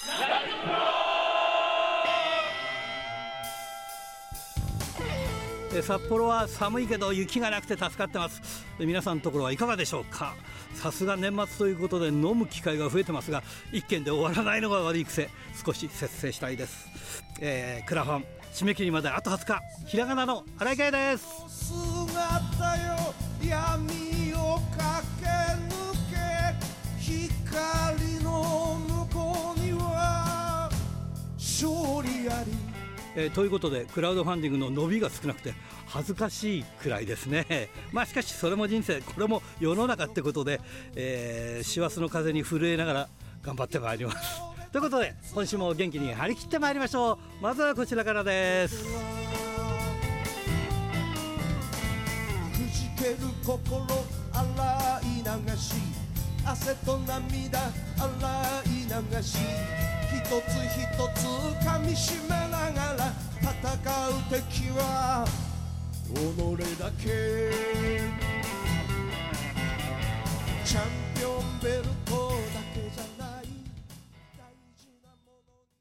札幌は寒いけど雪がなくて助かってます。皆さんのところはいかがでしょうか。さすが年末ということで飲む機会が増えてますが、一軒で終わらないのが悪い癖。少し節制したいです。クラファン締め切りまであと20日。ひらがなの荒井圭です。 姿よ闇を駆け抜け、光の向こうには勝利あり。 ということでクラウドファンディングの伸びが少なくて恥ずかしいくらいですね。まあしかしそれも人生、これも世の中ってことで、師走の風に震えながら頑張ってまいります。ということで今週も元気に張り切ってまいりましょう。まずはこちらからです。 くじける心洗い流し、汗と涙洗い流し、一つ一つ噛みしめながら戦う敵は己だけ。チャンピオンベルトだけじゃない、大事なものに。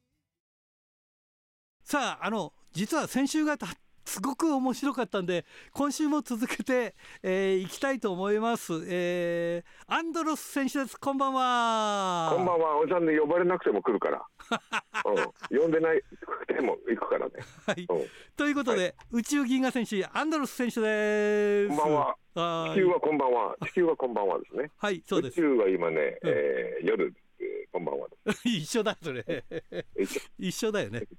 さあ実は先週がすごく面白かったんで今週も続けていきたいと思います。アンドロス選手です。こんばんは。 こんばんは。おじさんで呼ばれなくても来るから、呼んでないくても行くからね。 はい、ということで、はい、宇宙銀河選手アンドロス選手です。 こんばんは。地球はこんばんは。地球はこんばんはですね。 はい、そうです。 宇宙は今ね、夜、こんばんはです。 一緒だそれ一緒だよね。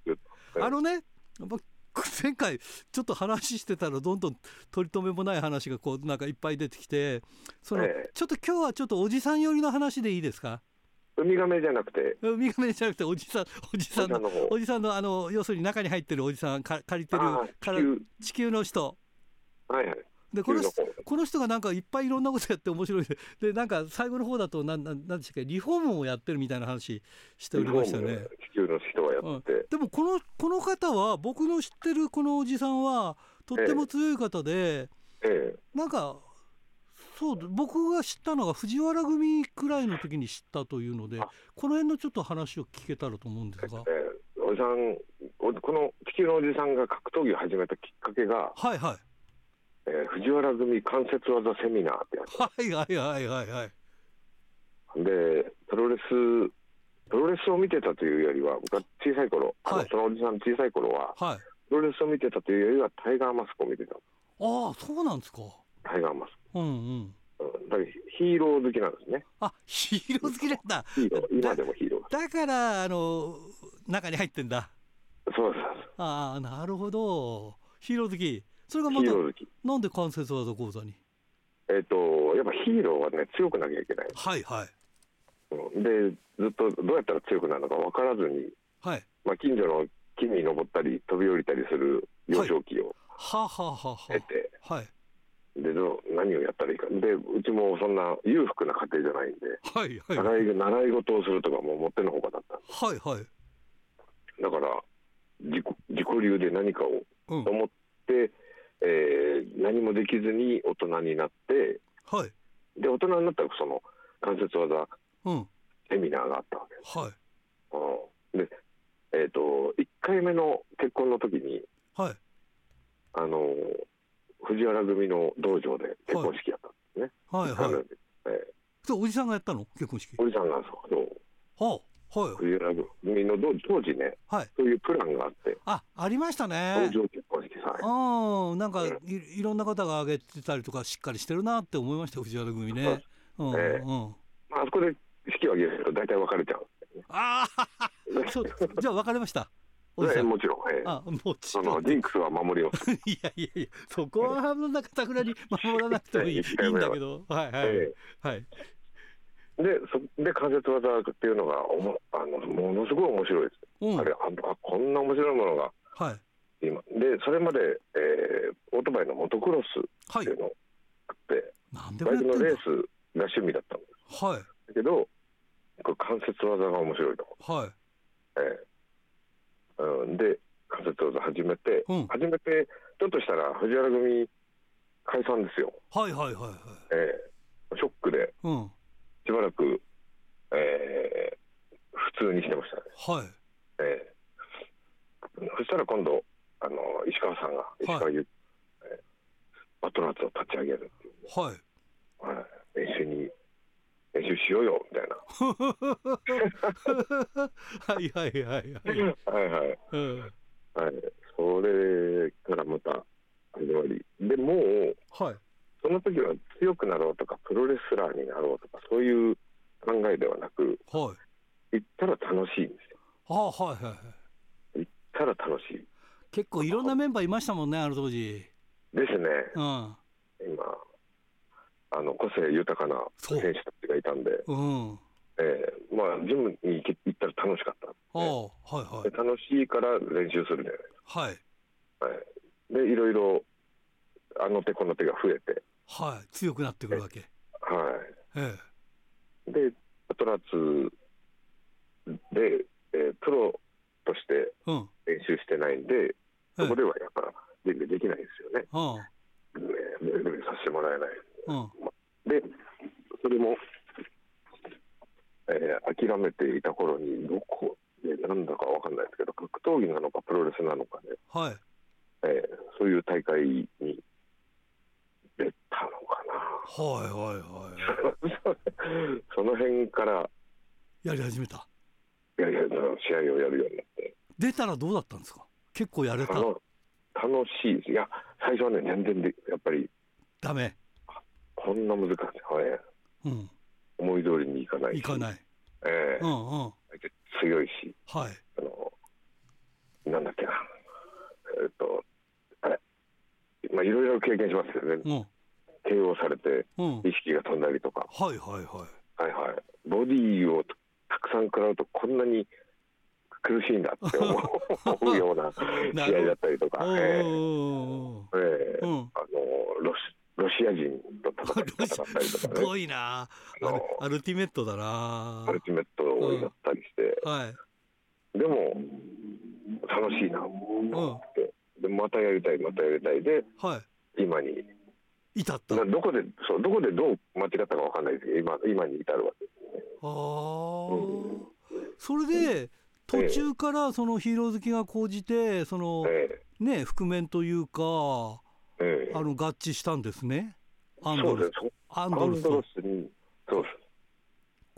前回ちょっと話してたらどんどん取り留めもない話がこうなんかいっぱい出てきて、ちょっと今日はちょっとおじさん寄りの話でいいですか。 ウミガメじゃなくておじさんの要するに中に入ってるおじさん借りてる地球の人。はいはい。でこの人がなんかいっぱいいろんなことやって面白いでなんか最後の方だとなんでしたっけ、リフォームをやってるみたいな話しておりましたよね。 地球の人はやって、 でもこの方は僕の知ってるこのおじさんはとっても強い方で、なんかそう僕が知ったのが藤原組くらいの時に知ったというので、この辺のちょっと話を聞けたらと思うんですが、 おじさんこの地球のおじさんが格闘技を始めたきっかけが、 はいはい、 藤原組関節技セミナーってやつ。でプロレスを見てたというよりは、僕は小さい頃、そのおじさん小さい頃は、プロレスを見てたというよりはタイガーマスクを見てた。 ああそうなんですか。 タイガーマスク。だからヒーロー好きなんですね。 ヒーロー好きなんだ。 今でもヒーローだから中に入ってんだ。 そうです。 ああなるほど。ヒーロー好き。それがまたなんで関節技講座に。 やっぱヒーローはね強くなきゃいけない。 はいはい。 でずっとどうやったら強くなるのか分からずに、近所の木に登ったり飛び降りたりする幼少期を経て、で何をやったらいいか。でうちもそんな裕福な家庭じゃないんで、習い事をするとかももってのほかだったんで、だから自己流で何かをと思って、何もできずに大人になって、で大人になったらその関節技セミナーがあったわけです。で1回目の結婚の時に、藤原組の道場で結婚式やったんですね。 そうおじさんがやったの結婚式。 おじさんが藤原組の当時ね、そういうプランがあって、 ありましたね。 道場結婚式さ。 なんかいろんな方が挙げてたりとかしっかりしてるなって思いました藤原組ね。 あそこで式を挙げると大体別れちゃう。 じゃあ別れました。 もちろん。そのジンクスは守りを。 いやそこはかたくなに守らなくてもいいんだけど。 で関節技っていうのがものすごい面白いです。こんな面白いものが今で、それまでオートバイのモトクロスっていうのがあって、バイクのレースが趣味だったんです。だけど関節技が面白いと。で関節技始めてちょっとしたら藤原組解散ですよ。ショックでしばらく2 通にしてましたね。 はい。 そしたら今度石川さんが石川優、バトナーズを立ち上げるっていう、 はい、 練習しようよみたいなはいはいはいはいはいはい、はい、それからまた始まりで、もう、はい、その時は強くなろうとかプロレスラーになろうとかそういう考えではなく、はい、行ったら楽しいんですよ。 はいはいはい。 行ったら楽しい。 結構いろんなメンバーいましたもんね、あの当時。 ですね。今個性豊かな選手たちがいたんで、まあジムに行ったら楽しかった、はいはい、で楽しいから練習するじゃないですか。はい、はい、でいろいろあの手この手が増えて、 はい、強くなってくるわけ。 はい、でバトナーズで、プロとして練習してないんで、そこではやっぱできないですよね。レベルさせてもらえない。でそれも、諦めていた頃にどこでなんだか分かんないですけど、格闘技なのかプロレスなのかで、はい、そういう大会に出たのかな。はいはいはい。その辺からやり始めた。 試合をやるようになって。 出たらどうだったんですか？結構やれた？ 楽しいです。いや最初はね全然やっぱりダメ。 こんな難しい、思い通りにいかないし、 いかない、 強いし、はい、なんだっけな、あれ、まあいろいろ経験しますよね。KO されて意識が飛んだりとか、はいはいはい、はいはい、ボディをたくさん食らうとこんなに苦しいんだって思うような試合だったりとか、ロシア人と戦ったりとかね。 すごいな。アルティメットだな。 アルティメットをやったりして、でも楽しいなって、でまたやりたいで、今に至った。 どこでどう間違ったか分かんないですけど、今に至るわけですね。 それで途中からそのヒーロー好きが高じてそのね覆面というか合致したんですね。アンドロスに。そうです。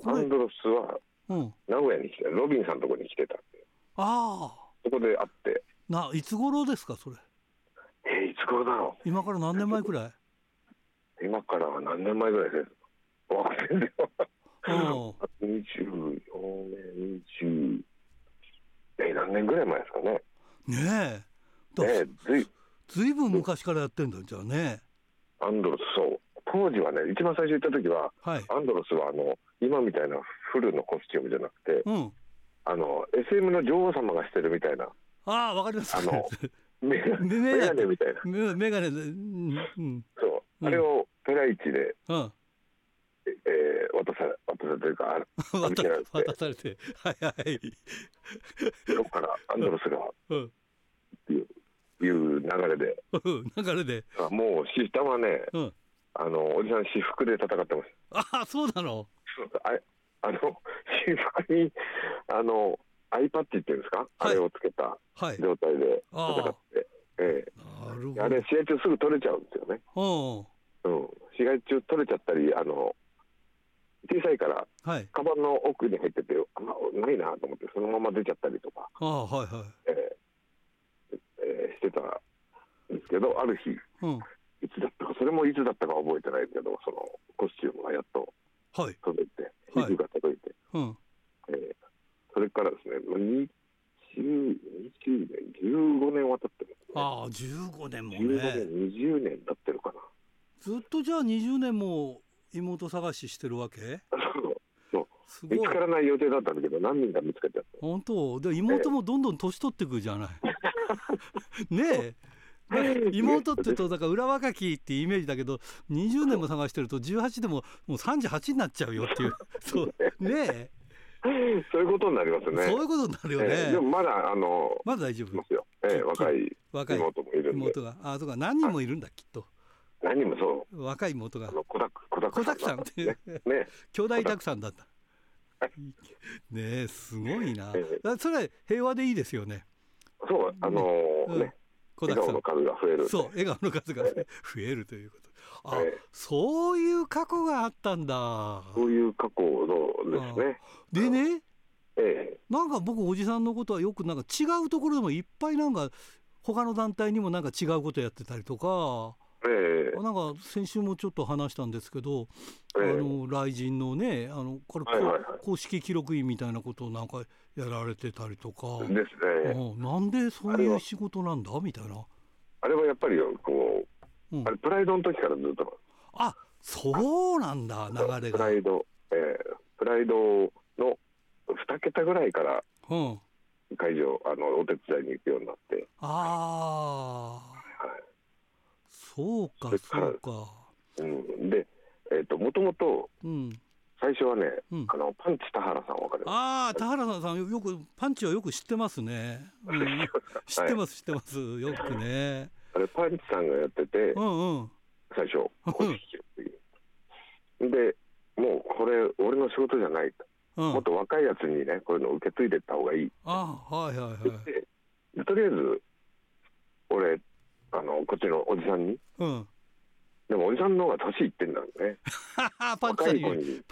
アンドロスは名古屋に来て、ロビンさんのところに来てたんで、そこで会って。 いつ頃ですかそれ？ いつ頃だろう。 今から何年前くらい？ 今から何年前ぐらいですか？分かってんだよ。24年20何年ぐらい前ですかね。 ねえ。ずいぶん昔からやってんだじゃあね。 アンドロス、そう当時はね、一番最初行った時は、アンドロスは今みたいなフルのコスチュームじゃなくて、SM の女王様がしてるみたいな。 わかります。 メガネみたいな。 メガネで、 そう、あれをペライチで渡されてるか渡されて、はいはい。 そこからアンドロスがいう流れで、もう下はね、おじさん私服で戦ってます。 そうなの？ 私服にアイパッチっていうんですか、あれをつけた状態で戦って、あれ試合中すぐ取れちゃうんですよね。試合中取れちゃったり、小さいから、カバンの奥に入っててないなと思ってそのまま出ちゃったりとかしてたんですけど、ある日、いつだったか、それもいつだったか覚えてないけど、そのコスチュームがやっと届いて、皮膚が届いて、それからですね、20年、15年渡ってますね。 15年もね。 15年、20年経ってるかな。 ずっとじゃあ20年も妹探ししてるわけ？ そう見つからない予定だったんだけど、何人か見つかっちゃった。 本当で、妹もどんどん年取ってくじゃないねえ。妹って言うとだから裏若きってイメージだけど、20年も探してると18でももう38になっちゃうよっていう。そうねえ。 そういうことになりますね。 そういうことになるよね。 でもまだ大丈夫ですよ。若い妹もいるんで。 妹がそうか、何人もいるんだきっと。 何人もそう。 若い妹が。 小沢さんっていうね。 兄弟たくさんだった。 ねえ、すごいな。それは平和でいいですよね。 そう、笑顔の数が増える。 そう、笑顔の数が増えるということ。そういう過去があったんだ。 そういう過去のですね。 でね、なんか僕おじさんのことはよくなんか違うところでもいっぱいなんか他の団体にもなんか違うことやってたりとか、なんか先週もちょっと話したんですけど、雷神のね、これ、公式記録員みたいなことをなんかやられてたりとかですね。 なんでそういう仕事なんだみたいな。 あれはやっぱりこう、あれプライドの時からずっと。 あ、そうなんだ、流れが。 プライドの2桁ぐらいから会場お手伝いに行くようになって。 そうかそうか。 で、もともと最初はね、パンチ田原さんわかります？ 田原さんよくパンチはよく知ってますね。知ってますよくね。 あれパンチさんがやってて、最初で、もうこれ俺の仕事じゃないと、もっと若いやつにねこういうのを受け継いでいった方がいい。とりあえず俺こっちのおじさんに、でもおじさんの方が年いってんだね。 パンチさんより。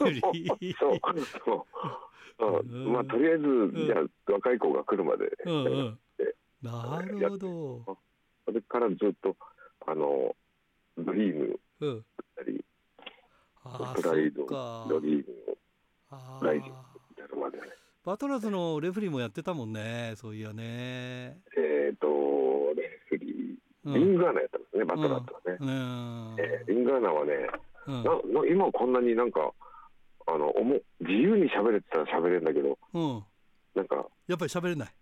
まあとりあえずじゃあ若い子が来るまで。 なるほど。 それからずっとドリームだったり、プライド、ドリーム、ライジンやるまでね。 バトラーズのレフェリーもやってたもんね、そういやね。 レフェリー、リングアナやったんですね、バトラーズはね。リングアナはね、今こんなになんか自由に喋れてたら喋れるんだけど、なんかやっぱり喋れない。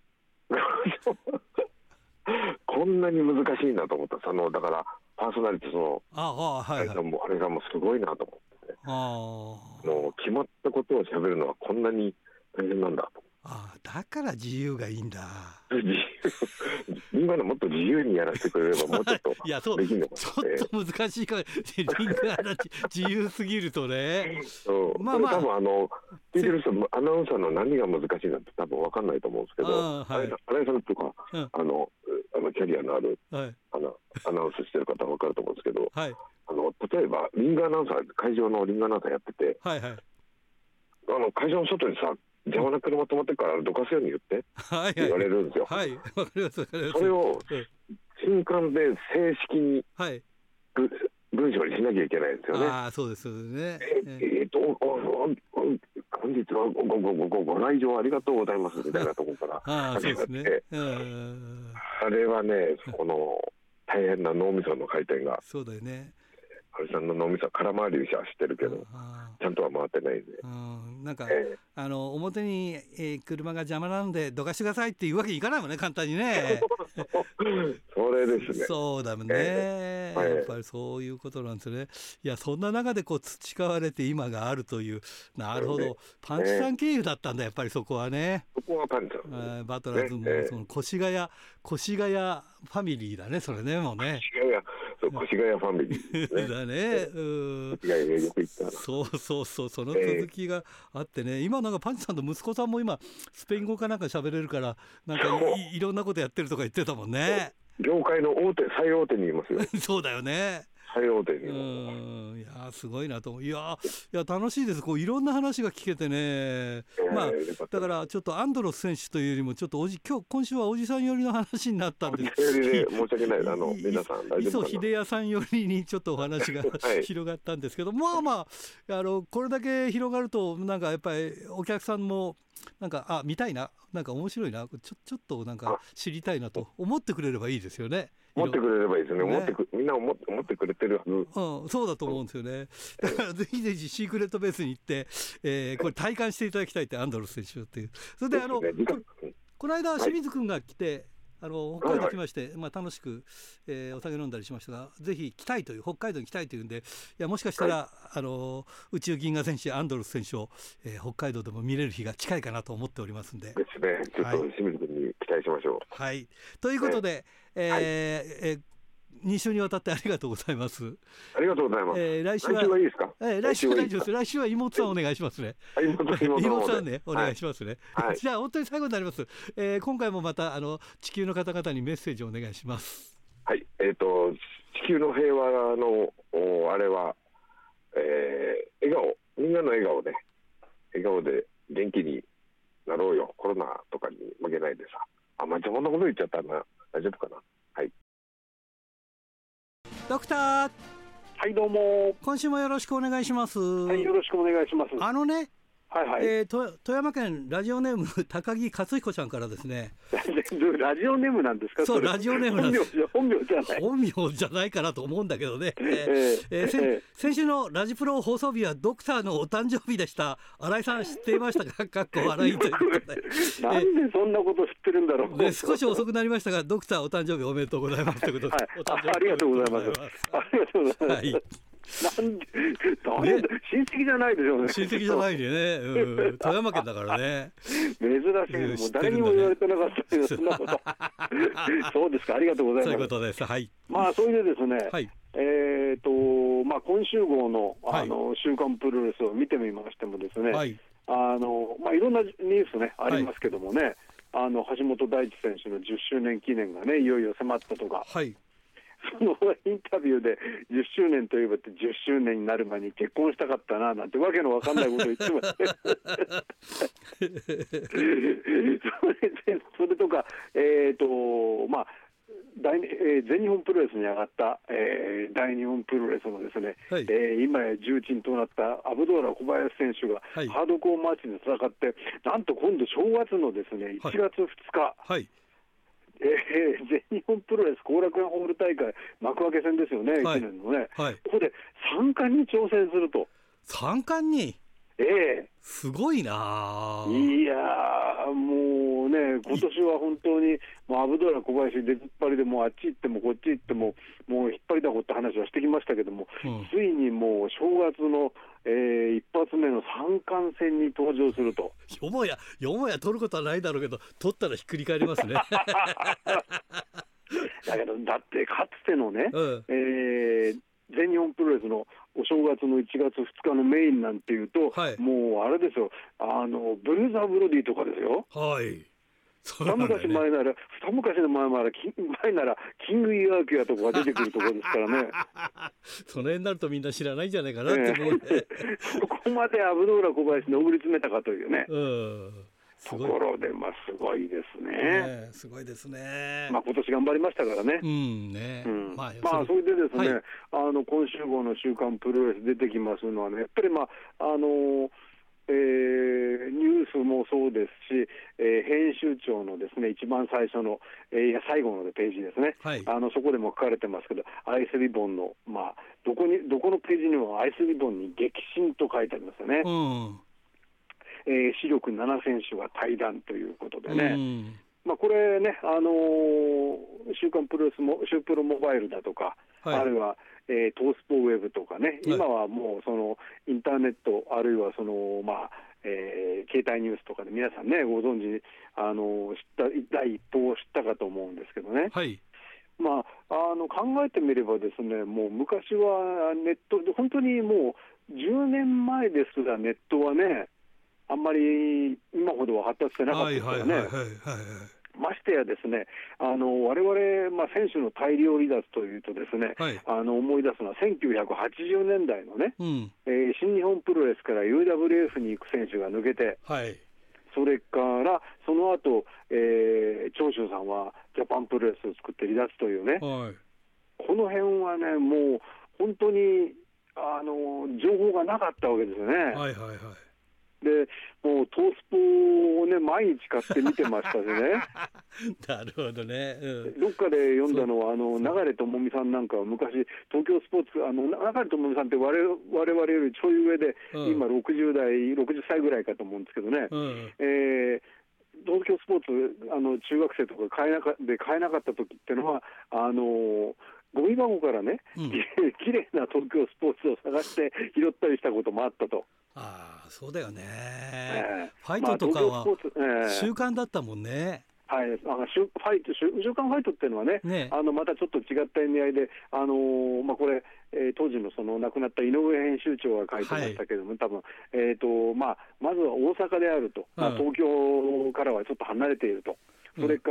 こんなに難しいなと思った。だからパーソナリティあれがもうすごいなと思ってね。決まったことを喋るのはこんなに大変なんだと。 だから自由がいいんだ。 今のもっと自由にやらせてくれればもうちょっとできるのかな。ちょっと難しいからリングアナ自由すぎるとね。 まあ多分聞いてる人アナウンサーの何が難しいなんて多分分かんないと思うんですけど、新井さんとかキャリアのあるアナウンスしてる方は分かると思うんですけど、例えばリングアナウンサー、会場のリングアナウンサーやってて、会場の外にさ邪魔な車止まってからどかすように言ってって言われるんですよ。それを新刊で正式に文章にしなきゃいけないんですよね。 そうですね。 本日はご来場ありがとうございますみたいなところから始まって、あれはね、この大変な脳みその回転が。 そうだよね。 安倍さんの脳みそは空回りで走ってるけど、ちゃんとは回ってないんで。 なんか表に車が邪魔なのでどかしてくださいっていうわけにいかないもんね、簡単にね。 それですね。 そうだもんね。やっぱりそういうことなんですね。いや、そんな中で培われて今があるという。なるほど。パンチさん経由だったんだ、やっぱりそこはね。 そこはパンチさん。バトラーズもその越谷ファミリーだね、それね、もうね。 越谷ファミリーだね。そうその続きがあってね、今なんかパンチさんと息子さんも今スペイン語かなんか喋れるからなんかいろんなことやってるとか言ってたもんね。 業界の最大手にいますよ。 そうだよね。 最大手に。 いやすごいなと。いや楽しいです。いろんな話が聞けてね。だからちょっとアンドロス選手というよりもちょっっと今週はおじさん寄りの話になったんです。 申し訳ない。皆さん磯秀哉さん寄りにちょっとお話が広がったんですけど、これだけ広がるとなんかやっぱりお客さんもなんか見たいな、なんか面白いな、ちょっとなんか知りたいなと思ってくれればいいですよね。 思ってくれればいいですよね。みんな思ってくれてるはず。そうだと思うんですよね。だからぜひぜひシークレットベースに行って、これ体感していただきたいって、アンドロス選手っていう。それでこの間清水君が来て北海道来まして、楽しく、お酒飲んだりしましたが、ぜひ来たいという、北海道に来たいというんで、いやもしかしたら、宇宙銀河戦士アンドロス選手を、北海道でも見れる日が近いかなと思っておりますんで。 ですね。ちょっと清水君に期待しましょう。 はい。ということで、 2週にわたってありがとうございます。 ありがとうございます。来週はいいですか？ 来週は大丈夫です。来週は妹さんお願いしますね。妹さんね、お願いしますね。じゃあ本当に最後になります。今回もまた地球の方々にメッセージをお願いします。 はい、地球の平和のあれは、笑顔、みんなの笑顔で、笑顔で元気になろうよ、コロナとかに負けないでさ。あ、まあ、そんなこと言っちゃったな。大丈夫かな。はい。 ドクター。 はい、どうも。 今週もよろしくお願いします。 はい、よろしくお願いします。 はいはい、富山県ラジオネーム高木克彦ちゃんからですね。 ラジオネームなんですか？ そう、ラジオネームなんです。 本名じゃない。 本名じゃないかなと思うんだけどね。先週のラジプロ放送日はドクターのお誕生日でした。新井さん知っていましたか？かっこ笑いということで。 なんでそんなこと知ってるんだろう。 少し遅くなりましたが、ドクターお誕生日おめでとうございますということで。 ありがとうございます。ありがとうございます。はい、なんで親戚じゃないでしょうね。 親戚じゃないでね、富山県だからね。 珍しい、もう誰にも言われてなかったけど、そんなこと。そうですか、ありがとうございます。 そういうことです。はい。 まあそれでですね、 はい、 まあ今週号の週刊プロレスを見てみましてもですね、はい、まあいろんなニュースねありますけどもね、橋本大地選手の10周年記念がねいよいよ迫ったとか。はい、そのインタビューで10周年といえばって10周年になる前に結婚したかったななんてわけのわかんないことを言ってましてそれとか、まあ全日本プロレスに上がった、大日本プロレスのですね、はい、今や重鎮となったアブドーラ小林選手がハードコーマッチで戦って、なんと今度正月のですね1月2日、はい、全日本プロレス後楽園ホール大会幕開け戦ですよね、1年のね、はい、ここで三冠に挑戦すると。 三冠にすごいな。 いやもうね、今年は本当にアブドーラ小林出ずっぱりでもあっち行ってもこっち行ってももう引っ張りだこって話はしてきましたけども、ついにもう正月の、一発目の三冠戦に登場すると。 よもや取ることはないだろうけど、取ったらひっくり返りますね。 だけどだってかつてのね、全日本プロレスのお正月の1月2日のメインなんていうと、はい、もうあれですよ、ブルーザー・ブロディとかですよ。はい。二昔前ならキング・イワーキュアとかが出てくるところですからね。 その辺になるとみんな知らないんじゃないかなって思うね。 そこまでアブドーラ小林に上り詰めたかというね。ところで、まあすごいですね。 すごいですね。 まあ今年頑張りましたからね。まあそれでですね、今週号の週刊プロレス出てきますのはね、やっぱりニュースもそうですし、編集長のですね一番最初の、最後のページですね、はい、そこでも書かれてますけど、アイスリボンの、まあ、どこのページにもアイスリボンに激震と書いてありますよね。視力7選手が対談ということでね、まあ、これね、週刊プロレスもシュープロモバイルだとか、はい、あるいはトースポウェブとかね、今はもうそのインターネットあるいはその、携帯ニュースとかで皆さんねご存知第一報を知ったかと思うんですけどね、はい、まあ、考えてみればですね、もう昔はネットで本当にもう10年前ですらネットはねあんまり今ほどは発達してなかったですよね。ましてやですね、我々、選手の大量離脱というとですね、はい、思い出すのは1980年代のね、新日本プロレスから UWF に行く選手が抜けて、はい、それからその後、長州さんはジャパンプロレスを作って離脱というね、はい、この辺はねもう本当に情報がなかったわけですよね。はいはいはい。でもうトースポをね毎日買って見てましたしね。 なるほどね、 どっかで読んだのは流智美さんなんかは昔東京スポーツ流智美さんって我々よりちょい上で、今60歳ぐらいかと思うんですけどね、東京スポーツ中学生とか買えなかった時っていうのはゴミ箱からね、きれいな東京スポーツを探して拾ったりしたこともあったと。 ああ、そうだよね、ファイトとかは習慣だったもんね。 はい、週刊ファイトっていうのはね、またちょっと違った意味合いで、これ、当時のその亡くなった井上編集長が書いてましたけれども、多分まずは大阪であると、東京からはちょっと離れていると、それから、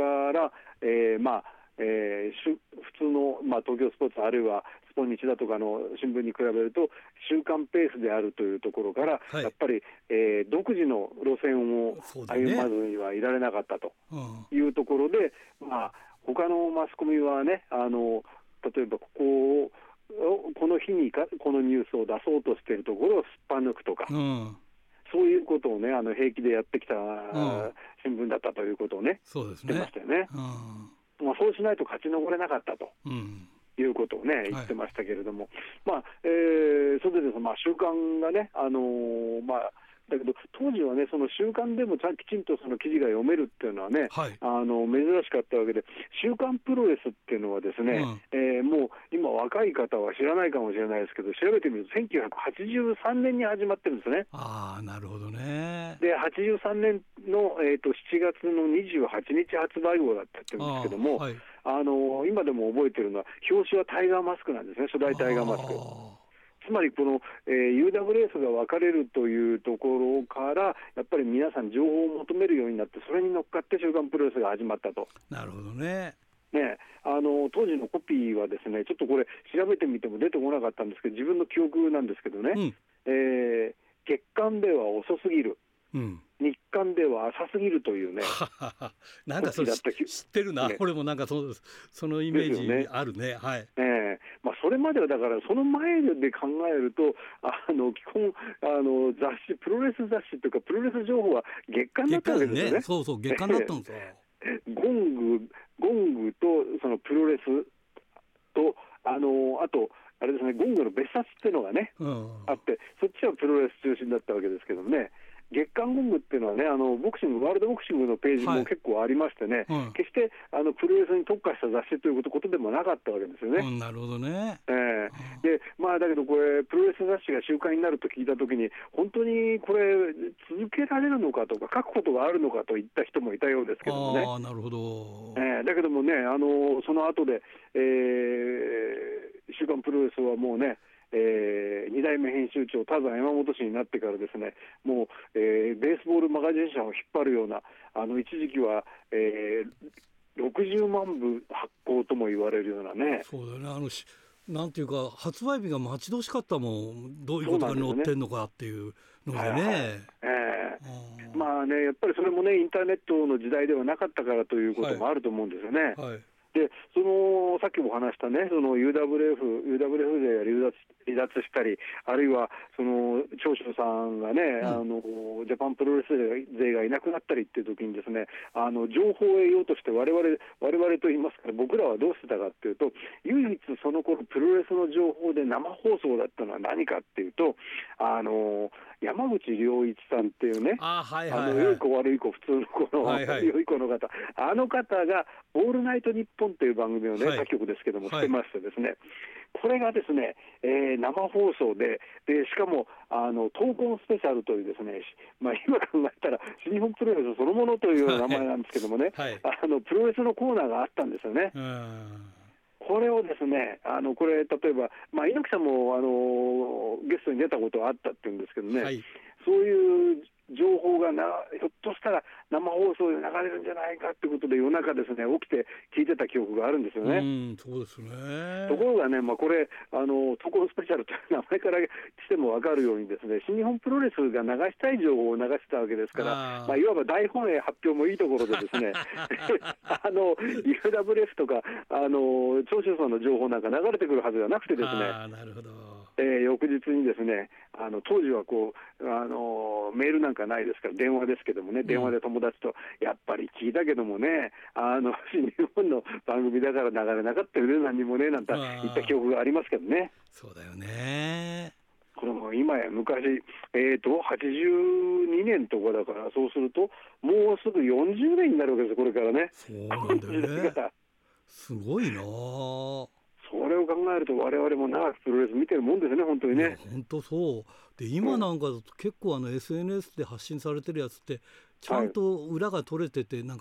普通の、東京スポーツあるいはスポニチだとかの新聞に比べると週刊ペースであるというところから、やっぱり、独自の路線を歩まずにはいられなかったというところで、他のマスコミはね、例えばこの日にこのニュースを出そうとしているところをすっぱ抜くとか、そういうことをね、平気でやってきた新聞だったということをね、言ってましたよね。そうしないと勝ち残れなかったと、いうことをね言ってましたけれども、それでですね、週刊がね、だけど当時はね、その週刊でもきちんとその記事が読めるっていうのはね、珍しかったわけで、週刊プロレスっていうのはですね、もう今若い方は知らないかもしれないですけど、調べてみると1983年に始まってるんですね。 なるほどね。 で83年の、7月の28日発売号だったって言うんですけども、今でも覚えてるのは表紙はタイガーマスクなんですね、初代タイガーマスク。つまりこの、UWF が分かれるというところからやっぱり皆さん情報を求めるようになって、それに乗っかって週刊プロレスが始まったと。 なるほどね。 当時のコピーはですね、ちょっとこれ調べてみても出てこなかったんですけど、自分の記憶なんですけどね、月刊では遅すぎる、日刊では浅すぎるというねなんかそれ知ってるな、これもなんかそのイメージあるね。 それまではだからその前で考えると基本雑誌、プロレス雑誌というかプロレス情報は月刊だったわけですよね。 そうそう月刊だったんですよゴングとそのプロレスとあとあれですね、ゴングの別冊っていうのがね、あって、そっちはプロレス中心だったわけですけどね、月刊ゴングっていうのはね、ボクシング、ワールドボクシングのページも結構ありましてね、決してプロレスに特化した雑誌ということでもなかったわけですよね。 なるほどね。 でだけどこれプロレス雑誌が週刊になると聞いたときに、本当にこれ続けられるのかとか書くことがあるのかといった人もいたようですけどもね。 なるほど。 だけどもね、その後で、週刊プロレスはもうね、2代目編集長田山山本氏になってからですね、もう、ベースボールマガジン社を引っ張るような一時期は、60万部発行とも言われるようなね。 そうだよね。なんていうか発売日が待ち遠しかったもん、どういうことが載ってんのかっていうのでね。やっぱりそれもね、インターネットの時代ではなかったからということもあると思うんですよね。でさっきも話したね、その UWF 勢が離脱したり、あるいはその長州さんがね、ジャパンプロレス勢がいなくなったりっていう時にですね、情報を得ようとして我々と言いますから、僕らはどうしてたかっていうと、唯一その頃プロレスの情報で生放送だったのは何かっていうと、山口良一さんっていうね、良い子悪い子普通の子の良い子の方、あの方がオールナイトニッポンという番組をね、他局ですけどもしてましてですね、これがですね、生放送でしかも闘魂スペシャルというですね、今考えたら新日本プロレスそのものというような名前なんですけどもね、プロレスのコーナーがあったんですよね。これをですね、これ例えば、猪木さんもゲストに出たことはあったっていうんですけどね、そういう情報がひょっとしたら生放送で流れるんじゃないかってことで夜中ですね起きて聞いてた記憶があるんですよね。 そうですね。 ところがね、これ闘魂スペシャルという名前からしても分かるようにですね、新日本プロレスが流したい情報を流してたわけですから、いわば大本営発表もいいところでですねUWF とか長州さんの情報なんか流れてくるはずがなくてですね、 なるほど。 翌日にですね、当時はこうメールなんかないですから電話ですけどもね、電話で友達とやっぱり聞いたけどもね、新日本の番組だから流れなかったよね、何にもねなんて言った記憶がありますけどね。 そうだよね。 これも今や昔、82年とかだから、そうするともうすぐ40年になるわけです、これからね。 そうなんだよね。すごいな。 それを考えると我々も長くプロレス見てるもんですね、本当にね。 本当そうで、今なんかだと結構SNS で発信されてるやつってちゃんと裏が取れてて、なんか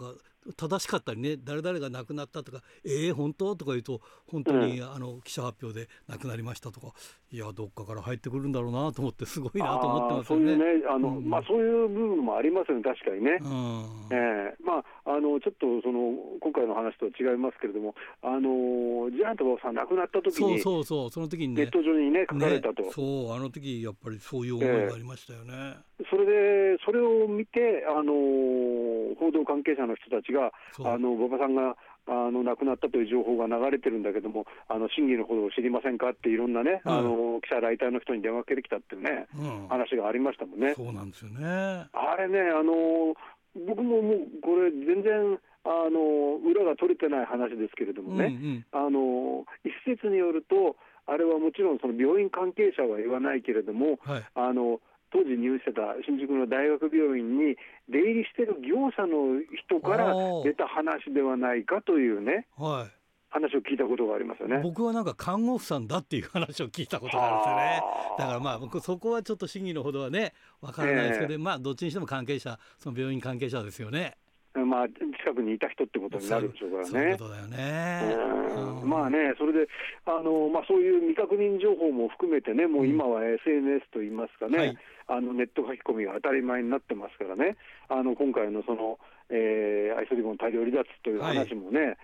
正しかったりね、誰々が亡くなったとか本当とか言うと本当に、記者発表で亡くなりましたとか、いやどっかから入ってくるんだろうなと思ってすごいなと思ってますよね。 そういう部分もありますよね、確かにね。ちょっと今回の話とは違いますけれども、ジャイアント馬場さん亡くなった時にその時にねネット上にね書かれたと、 そうあの時やっぱりそういう思いがありましたよね。 それを見て報道関係者の人たちが馬場さんが亡くなったという情報が流れてるんだけども、真偽のほどを知りませんかっていろんなね、記者ライターの人に電話かけてきたっていうね、話がありましたもんね。 そうなんですよね。 あれね、僕ももうこれ全然裏が取れてない話ですけれどもね、一説によるとあれはもちろんその病院関係者は言わないけれども、当時入院してた新宿の大学病院に出入りしてる業者の人から出た話ではないかというね、話を聞いたことがありますよね。 僕はなんか看護婦さんだっていう話を聞いたことがあるんですよね。だから僕そこはちょっと真偽のほどはねわからないですけど、どっちにしても関係者、その病院関係者ですよね。 近くにいた人ってことになるでしょうからね。 そういうことだよね。 それでそういう未確認情報も含めてね、もう今は SNS といいますかね、ネット書き込みが当たり前になってますからね、今回のアイスリボン大量離脱という話もね、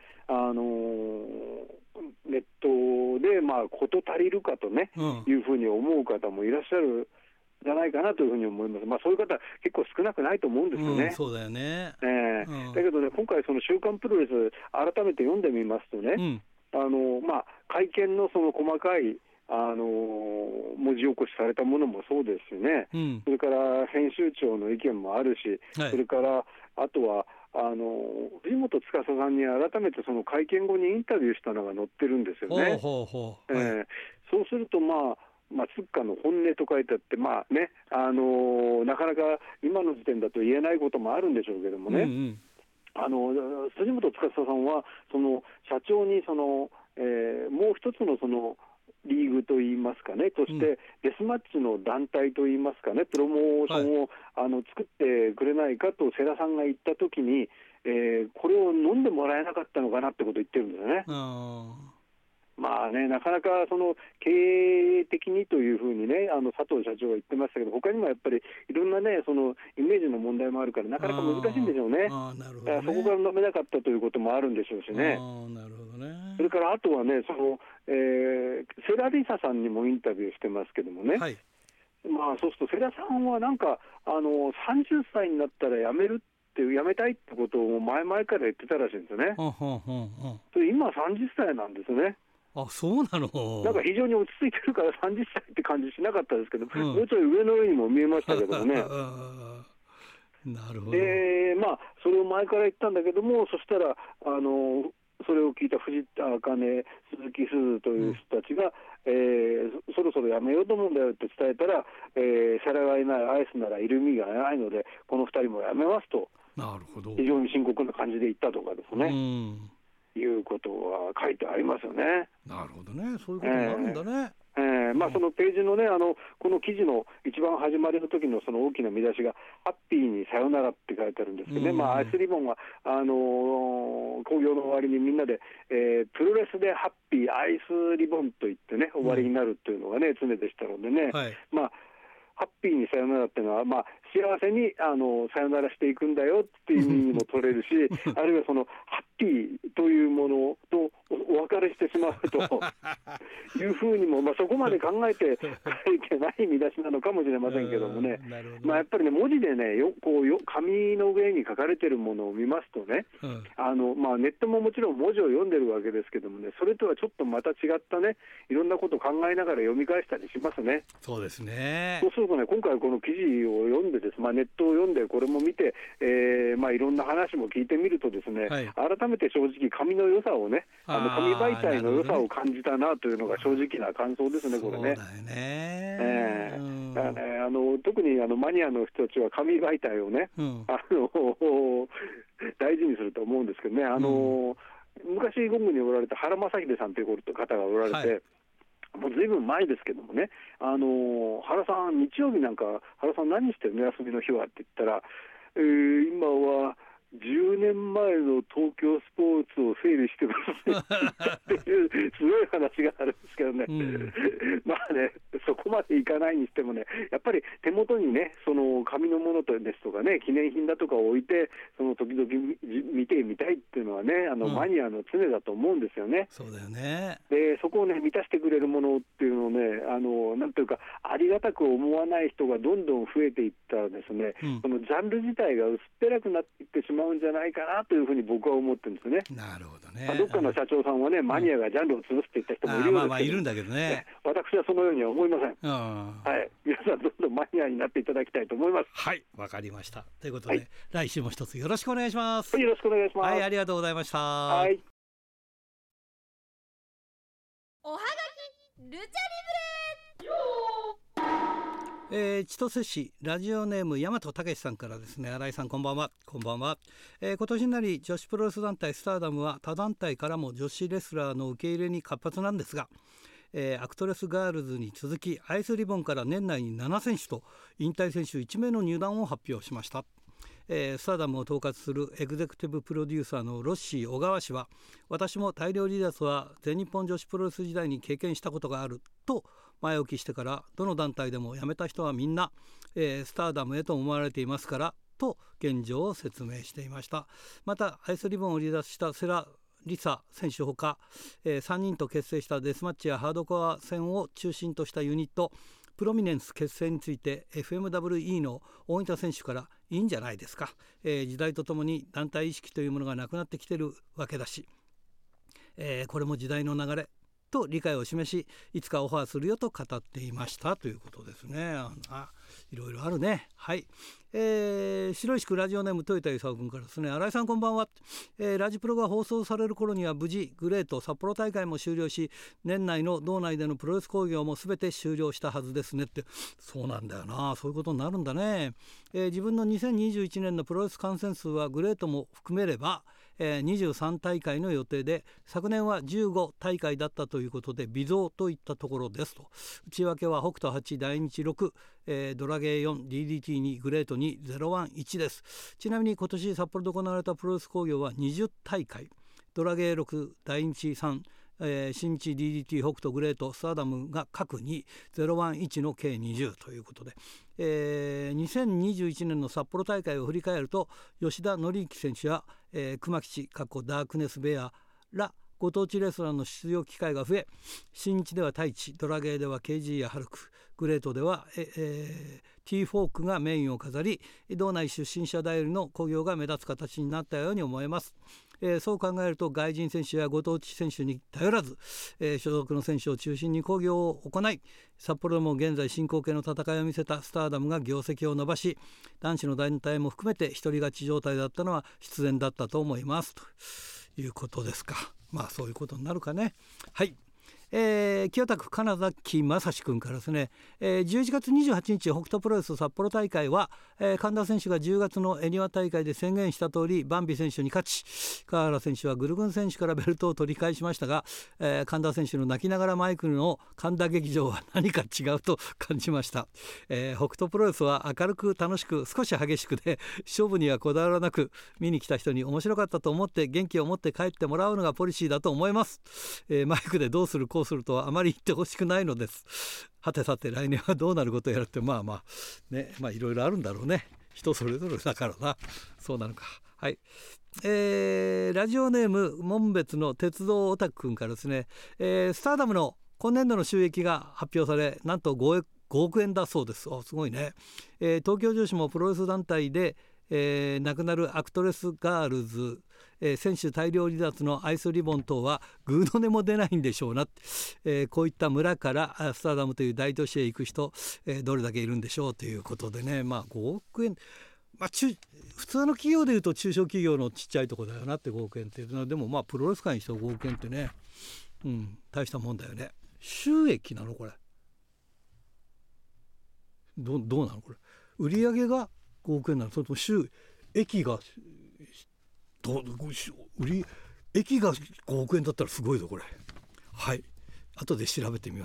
ネットで事足りるかとね、いうふうに思う方もいらっしゃるじゃないかなというふうに思います。そういう方結構少なくないと思うんですよね。 そうだよね。 だけどね、今回週刊プロレス改めて読んでみますとね、会見の細かい文字起こしされたものもそうですしね、それから編集長の意見もあるし、それからあとは藤本司さんに改めてその会見後にインタビューしたのが載ってるんですよね。そうするとつっかの本音と書いてあって、なかなか今の時点だと言えないこともあるんでしょうけどもね、辻本司さんはその社長にもう一つのリーグといいますかね、そしてデスマッチの団体といいますかね、プロモーションを、作ってくれないかと世良さんが言ったときに、これを飲んでもらえなかったのかなってことを言ってるんですよね。なかなか経営的にというふうにね、佐藤社長が言ってましたけど、他にもやっぱりいろんなね、イメージの問題もあるからなかなか難しいんでしょうね。だからそこから飲めなかったということもあるんでしょうしね。それからあとはね、セラリサさんにもインタビューしてますけどもね、そうするとセラさんはなんか30歳になったら辞めたいってことを前々から言ってたらしいんですよね。今30歳なんですね。 そうなの。 なんか非常に落ち着いてるから30歳って感じしなかったですけど、もうちょい上のようにも見えましたけどもね。 なるほど。 それを前から言ったんだけども、そしたらそれを聞いた藤田茜、鈴木すずという人たちが、そろそろやめようと思うんだよって伝えたら、シャラがいないアイスならいる意味がないのでこの2人もやめますと、非常に深刻な感じで言ったとかですね、いうことは書いてありますよね。 なるほどね、そういうことになるんだね。 そのページのね、この記事の一番始まりの時のその大きな見出しがハッピーにさよならって書いてあるんですけどね、アイスリボンは興行の終わりにみんなで、プロレスでハッピーアイスリボンと言ってね終わりになるっていうのがね常でしたのでね、ハッピーにさよならっていうのは、幸せにさよならしていくんだよっていう意味にも取れるしあるいはそのハッピーというものとお別れしてしまうというふうにも、そこまで考えて書いてない見出しなのかもしれませんけどもね、やっぱりね文字でね紙の上に書かれてるものを見ますとね、ネットももちろん文字を読んでるわけですけどもね、それとはちょっとまた違ったねいろんなことを考えながら読み返したりしますね。 そうですね。 そうするとね、今回この記事を読んでです、ネットを読んでこれも見て、いろんな話も聞いてみるとですね、改めて正直紙の良さをね、紙媒体の良さを感じたなというのが正直な感想ですね、これね。 そうだよね。 だからね、特にマニアの人たちは紙媒体をね、大事にすると思うんですけどね、昔ゴングにおられた原正秀さんという方がおられて、もうずいぶん前ですけどもね、原さん日曜日なんか原さん何してるの休みの日はって言ったら、今は10 年前の東京スポーツを整理してくださいっていうすごい話があるんですけどね、まあね、そこまでいかないにしてもね、やっぱり手元にね、その紙のものですとかね、記念品だとかを置いて、その時々見てみたいっていうのはね、マニアの常だと思うんですよね。 そうだよね。 でそこをね、満たしてくれるものっていうのをね、なんていうか、ありがたく思わない人がどんどん増えていったらですね、そのジャンル自体が薄っぺらくなっていってしまうんじゃないかなというふうに僕は思ってるんですね。 なるほどね。 どっかの社長さんはね、マニアがジャンルを潰すって言った人もいるようですけど、 まあまあいるんだけどね。 私はそのようには思いません。はい、皆さんどんどんマニアになっていただきたいと思います。 はい、わかりました。ということで、来週も一つよろしくお願いします。 よろしくお願いします。 はい、ありがとうございました。 はい。 おはがきルチャリブレ千歳市ラジオネーム大和武さんからですね、新井さんこんばんは。こんばんは。今年になり女子プロレス団体スターダムは他団体からも女子レスラーの受け入れに活発なんですが、アクトレスガールズに続きアイスリボンから年内に7選手と引退選手1名の入団を発表しました。スターダムを統括するエグゼクティブプロデューサーのロッシー小川氏は、私も大量離脱は全日本女子プロレス時代に経験したことがあると前置きしてから、どの団体でも辞めた人はみんな、スターダムへと思われていますからと現状を説明していました。またアイスリボンを離脱したセラリサ選手ほか、3人と結成したデスマッチやハードコア戦を中心としたユニットプロミネンス結成について FMWE の大仁田選手からいいんじゃないですか、時代とともに団体意識というものがなくなってきてるわけだし、これも時代の流れと理解を示し、いつかオファーするよと語っていましたということですね。いろいろあるね。はい、白石区ラジオネーム豊田勲君からですね、新井さんこんばんは。ラジプロが放送される頃には無事グレート札幌大会も終了し、年内の道内でのプロレス興行も全て終了したはずですねって。そうなんだよな、そういうことになるんだね。自分の2021年のプロレス観戦数はグレートも含めれば23大会の予定で、昨年は15大会だったということで微増といったところですと。内訳は北斗8、大日6、ドラゲー4、 DDT2、グレート2、011です。ちなみに今年札幌で行われたプロレス興行は20大会、ドラゲー6、大日3、新日 DDT、 北斗、グレート、スターダムが各2、011の計20ということで、2021年の札幌大会を振り返ると、吉田紀之選手や、熊吉ダークネスベアらご当地レスラーの出場機会が増え、新日では太一、ドラゲーでは KG やハルク、グレートでは、T フォークがメインを飾り、道内出身者頼りの興行が目立つ形になったように思えます。そう考えると外人選手やご当地選手に頼らず、所属の選手を中心に興行を行い、札幌でも現在進行形の戦いを見せたスターダムが業績を伸ばし、男子の団体も含めて一人勝ち状態だったのは必然だったと思いますということですか。まあそういうことになるかね。はい、清田区金崎正史君からですね、11月28日北斗プロレス札幌大会は、神田選手が10月の恵庭大会で宣言した通りバンビ選手に勝ち、川原選手はグルグン選手からベルトを取り返しましたが、神田選手の泣きながらマイクの神田劇場は何か違うと感じました。北斗プロレスは明るく楽しく少し激しくで、勝負にはこだわらなく、見に来た人に面白かったと思って元気を持って帰ってもらうのがポリシーだと思います。マイクでどうするこうするとはあまり言ってほしくないのです。はてさて来年はどうなることやらって、まあね、いろいろあるんだろうね。人それぞれだからな。そうなのか。はい、ラジオネーム門別の鉄道オタク君からですね、スターダムの今年度の収益が発表され、なんと5億円だそうです。すごいね。東京女子もプロレス団体で、亡くなるアクトレスガールズ、選手大量離脱のアイスリボン等はグーの音も出ないんでしょうな、こういった村からスターダムという大都市へ行く人、どれだけいるんでしょうということでね。5億円、普通の企業でいうと中小企業のちっちゃいとこだよなって5億円っていうのは、でもプロレス界にして5億円ってね、大したもんだよね。収益なのこれ、どうなのこれ、売り上げが5億円なの、それとも収益が益が5億円だったらすごいぞこれ。はい、後で調べてみます。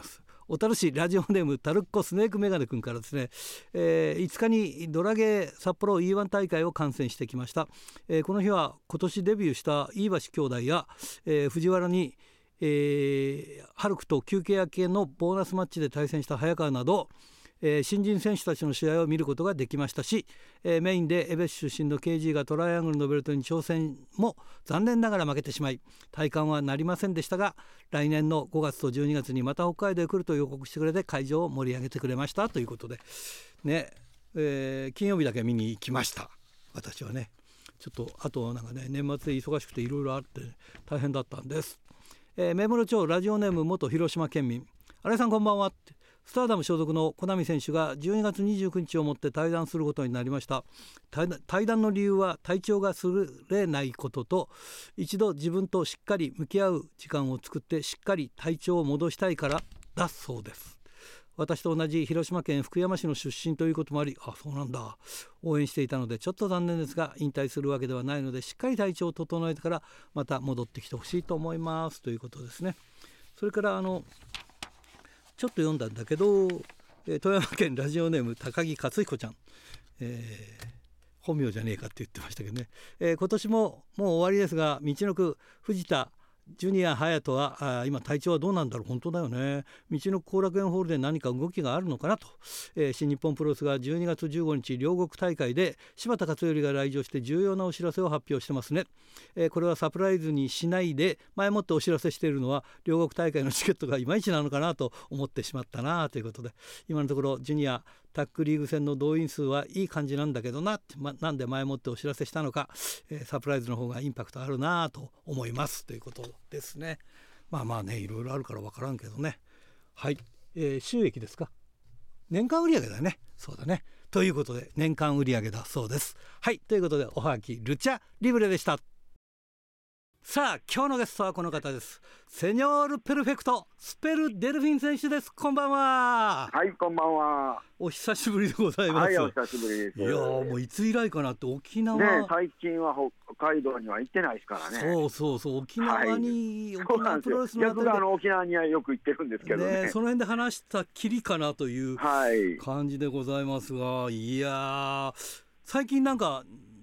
小樽市ラジオネームタルッコスネークメガネ君からですね、5日にドラゲー札幌 E1 大会を観戦してきました。この日は今年デビューした飯橋兄弟や、藤原に、ハルクと休憩明けのボーナスマッチで対戦した早川など、新人選手たちの試合を見ることができましたし、メインで江別出身の KG がトライアングルのベルトに挑戦も残念ながら負けてしまい体感はなりませんでしたが、来年の5月と12月にまた北海道へ来ると予告してくれて会場を盛り上げてくれましたということでね、金曜日だけ見に行きました私はね。ちょっとあとなんかね、年末で忙しくていろいろあって大変だったんです。目室町ラジオネーム元広島県民、新井さんこんばんはって。スターダム所属の小波選手が12月29日をもって退団することになりました。退団の理由は体調が優れないことと、一度自分としっかり向き合う時間を作ってしっかり体調を戻したいからだそうです。私と同じ広島県福山市の出身ということもあり、あ、そうなんだ、応援していたのでちょっと残念ですが、引退するわけではないのでしっかり体調を整えてからまた戻ってきてほしいと思いますということですね。それからちょっと読んだんだけど、富山県ラジオネーム高木克彦ちゃん、本名じゃねえかって言ってましたけどね、今年ももう終わりですが、道のく藤田ジュニア隼人は今体調はどうなんだろう。本当だよね。道の後楽園ホールで何か動きがあるのかなと、新日本プロレスが12月15日両国大会で柴田勝頼が来場して重要なお知らせを発表してますね。これはサプライズにしないで前もってお知らせしているのは両国大会のチケットがいまいちなのかなと思ってしまったなということで、今のところジュニアタッグリーグ戦の動員数はいい感じなんだけどなって、なんで前もってお知らせしたのか、サプライズの方がインパクトあるなと思いますということですね。まあね、いろいろあるから分からんけどね。はい、収益ですか、年間売上だね。そうだね。ということで年間売上だそうです。はい、ということでおはがきルチャリブレでした。さあ今日のゲストはこの方です。セニョールペルフェクトスペルデルフィン選手です。こんばんは。 はい、こんばんは。 お久しぶりでございます。 はい、お久しぶりです。 いやもういつ以来かなって。沖縄ね、最近は北海道には行ってないですからね。 そう沖縄に、 はい、 沖縄プロレスの逆が沖縄にはよく行ってるんですけどね。 その辺で話したきりかなという感じでございますが、いや最近なんか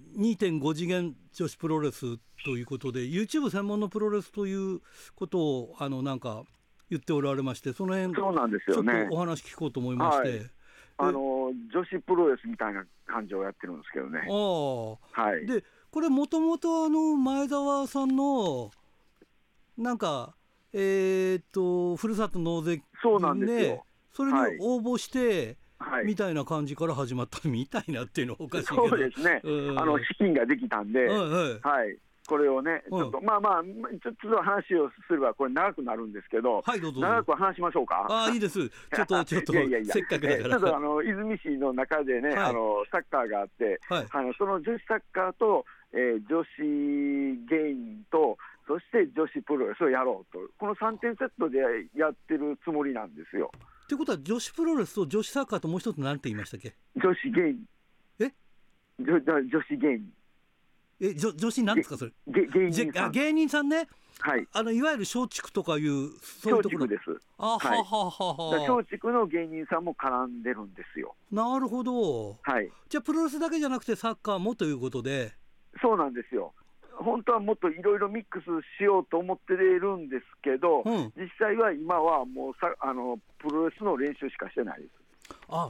2.5 次元女子プロレスということで YouTube 専門のプロレスということをなんか言っておられまして、その辺そうなんですよね、 ちょっとお話聞こうと思いまして、 はい、女子プロレスみたいな感じをやってるんですけどね。はい、 でこれもともと前澤さんのなんかふるさと納税金でそれに応募して、はい、みたいな感じから始まったみたいなっていうのはおかしいけど、 そうですね、資金ができたんで、はい、これをね、ちょっとちょっと話をすればこれ長くなるんですけど、 はい、どうぞ長く話しましょうか。 いいです。ちょっとせっかくだから、 ちょっと泉市の中でね、サッカーがあって、その女子サッカーと、女子芸人とそして女子プロレスをやろうと、この3点セットでやってるつもりなんですよ。 ということは女子プロレスと女子サッカーともう一つ何て言いましたっけ。 女子芸人。女子芸人。 女子なんですかそれ。 芸人さん。 芸人さんね。 はい。 いわゆる松竹とかいうそういうところ。 松竹です。 はい。 松竹の芸人さんも絡んでるんですよ。 なるほど。 はい。 じゃあプロレスだけじゃなくてサッカーもということで。 そうなんですよ。本当はもっといろいろミックスしようと思ってるんですけど、実際は今はもうプロレスの練習しかしてないです。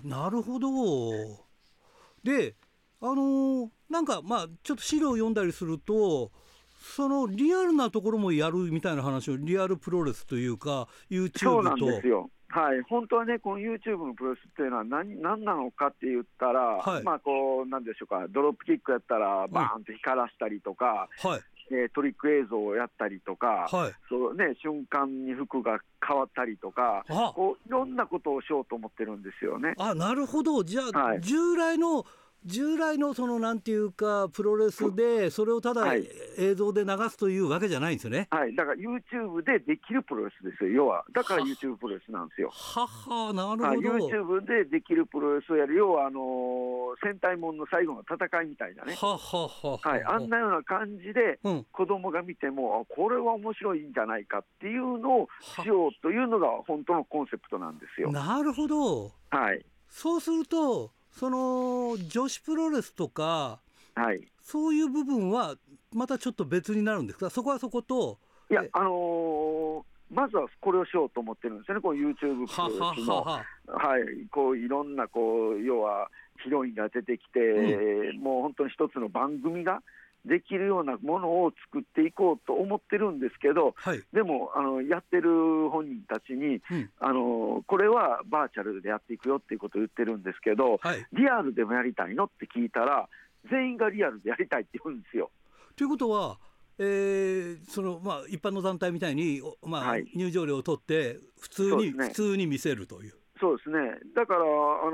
なるほど。でなんかちょっと資料を読んだりすると、そのリアルなところもやるみたいな話を、リアルプロレスというか YouTube と。 そうなんですよ。はい、本当はね、この YouTube のプロレスっていうのは何なのかって言ったら、こうなんでしょうか、ドロップキックやったらバーンと光らしたりとか、トリック映像をやったりとか、瞬間に服が変わったりとか、こういろんなことをしようと思ってるんですよね。 なるほど。じゃあ、従来の従来のそのなんていうかプロレスでそれをただ映像で流すというわけじゃないんですよね。 はい、だから YouTube でできるプロレスですよ、要は。だから YouTube プロレスなんですよ。 はは、なるほど。 YouTube でできるプロレスをやる、要は戦隊もんの最後の戦いみたいなね、あんなような感じで、子供が見ても、これは面白いんじゃないかっていうのをしようというのが本当のコンセプトなんですよ。 なるほど。 はい、 そうするとその女子プロレスとか、 はい、 そういう部分はまたちょっと別になるんですか？そこはそこと。 いや、まずはこれをしようと思ってるんですよね、こう YouTube プロレスの、こういろんな要はヒロインが出てきて、もう本当に一つの番組ができるようなものを作っていこうと思ってるんですけど、でもやってる本人たちに、これはバーチャルでやっていくよっていうことを言ってるんですけど、リアルでもやりたいのって聞いたら、全員がリアルでやりたいって言うんですよ。 ということは、その一般の団体みたいに、入場料を取って普通に見せるという。 そうですね。だから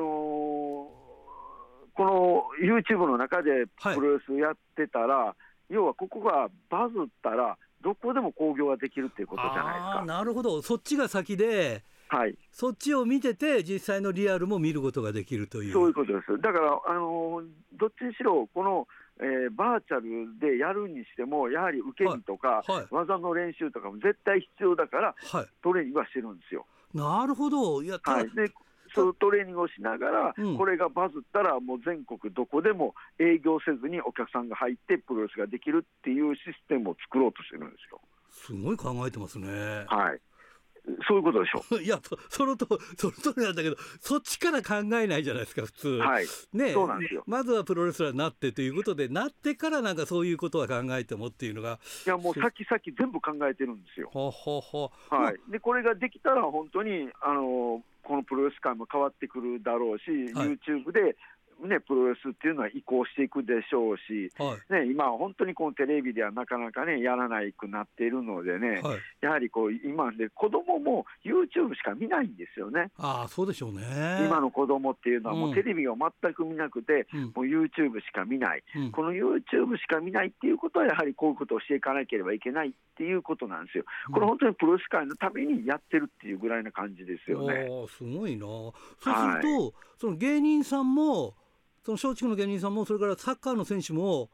この YouTube の中でプロレスやってたら、要はここがバズったらどこでも興行ができるっていうことじゃないですか。 なるほど。そっちが先で、そっちを見てて実際のリアルも見ることができるという。 そういうことです。だからどっちにしろこのバーチャルでやるにしても、やはり受け身とか、技の練習とかも絶対必要だから、トレーニングはしてるんですよ。 なるほど。 でそのトレーニングをしながら、これがバズったらもう全国どこでも営業せずにお客さんが入ってプロレスができるっていうシステムを作ろうとしてるんですよ。 すごい考えてますね。 そういうことでしょう。 いや、その通りなんだけど、そっちから考えないじゃないですか、普通。 そうなんですよ。 まずはプロレスラーになってということで、なってからなんかそういうことは考えてもっていうのが。 いや、もう先全部考えてるんですよ。でこれができたら本当にこのプロレス界も変わってくるだろうし、YouTube でプロレスっていうのは移行していくでしょうし、今は本当にこのテレビではなかなかやらないくなっているのでね、やはり今で子供も YouTube しか見ないんですよね。 そうでしょうね。 今の子供っていうのはもうテレビを全く見なくて、もう YouTube しか見ない、この YouTube しか見ないっていうことは、やはりこういうことをしていかなければいけないっていうことなんですよ。これ本当にプロレス界のためにやってるっていうぐらいな感じですよね。 すごいな。そうすると、その芸人さんも、その松竹の芸人さんも、それからサッカーの選手も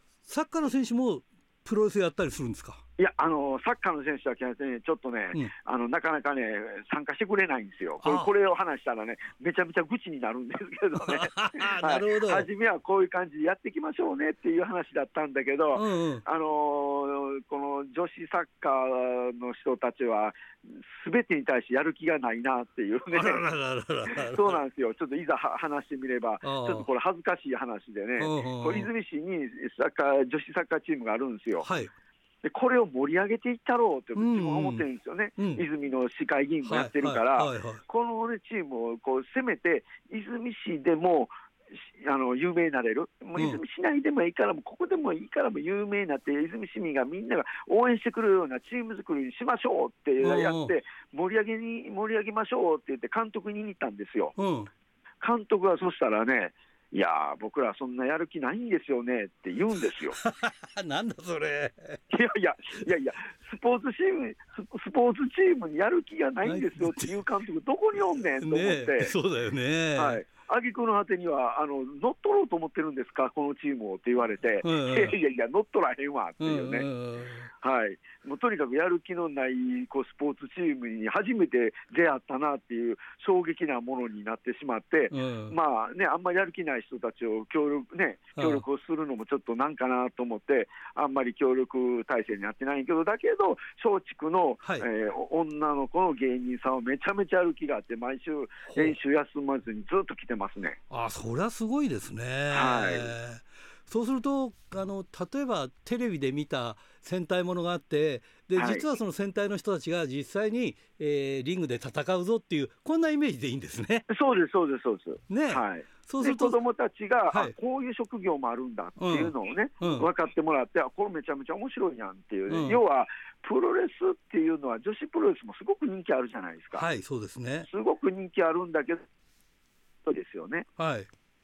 プロレスやったりするんですか？ いや、サッカーの選手はちょっとね、なかなかね参加してくれないんですよ。これを話したらね、めちゃめちゃ愚痴になるんですけどねなるほど。 初めはこういう感じでやっていきましょうねっていう話だったんだけど、この女子サッカーの人たちは全てに対してやる気がないなっていうねそうなんですよ。ちょっといざ話してみれば、ちょっとこれ恥ずかしい話でね、泉市に女子サッカーチームがあるんですよ。でこれを盛り上げていったろうって自分は思ってるんですよね。泉の市会議員もやってるから、このチームをせめて泉市でも有名になれる、もう泉市内でもいいから、もここでもいいからも有名になって、泉市民がみんなが応援してくれるようなチーム作りにしましょうってやって盛り上げましょうって言って監督に言いに行ったんですよ。監督はそしたらね、いや僕らそんなやる気ないんですよねって言うんですよなんだそれ。 いやスポーツチームにやる気がないんですよっていう監督どこにおんねんと思って、 そうだよね。 挙句の果てには乗っ取ろうと思ってるんですかこのチームをって言われて、いや乗っ取らへんわっていうね。もうとにかくやる気のないスポーツチームに初めて出会ったなっていう衝撃なものになってしまって、あんまりやる気ない人たちを協力をするのもちょっとなんかなと思って、あんまり協力体制になってないけど、だけど松竹の、女の子の芸人さんはめちゃめちゃやる気があって、毎週練習休まずにずっと来てますね。 それはすごいですね。そうすると例えばテレビで見た戦隊ものがあって、で実はその戦隊の人たちが実際に、リングで戦うぞっていう、こんなイメージでいいんですね。 そうですね。 そうすると子どもたちが、こういう職業もあるんだっていうのをね、分かってもらって、これめちゃめちゃ面白いやんっていうね、要はプロレスっていうのは女子プロレスもすごく人気あるじゃないですか。 そうですね。 すごく人気あるんだけどですよね。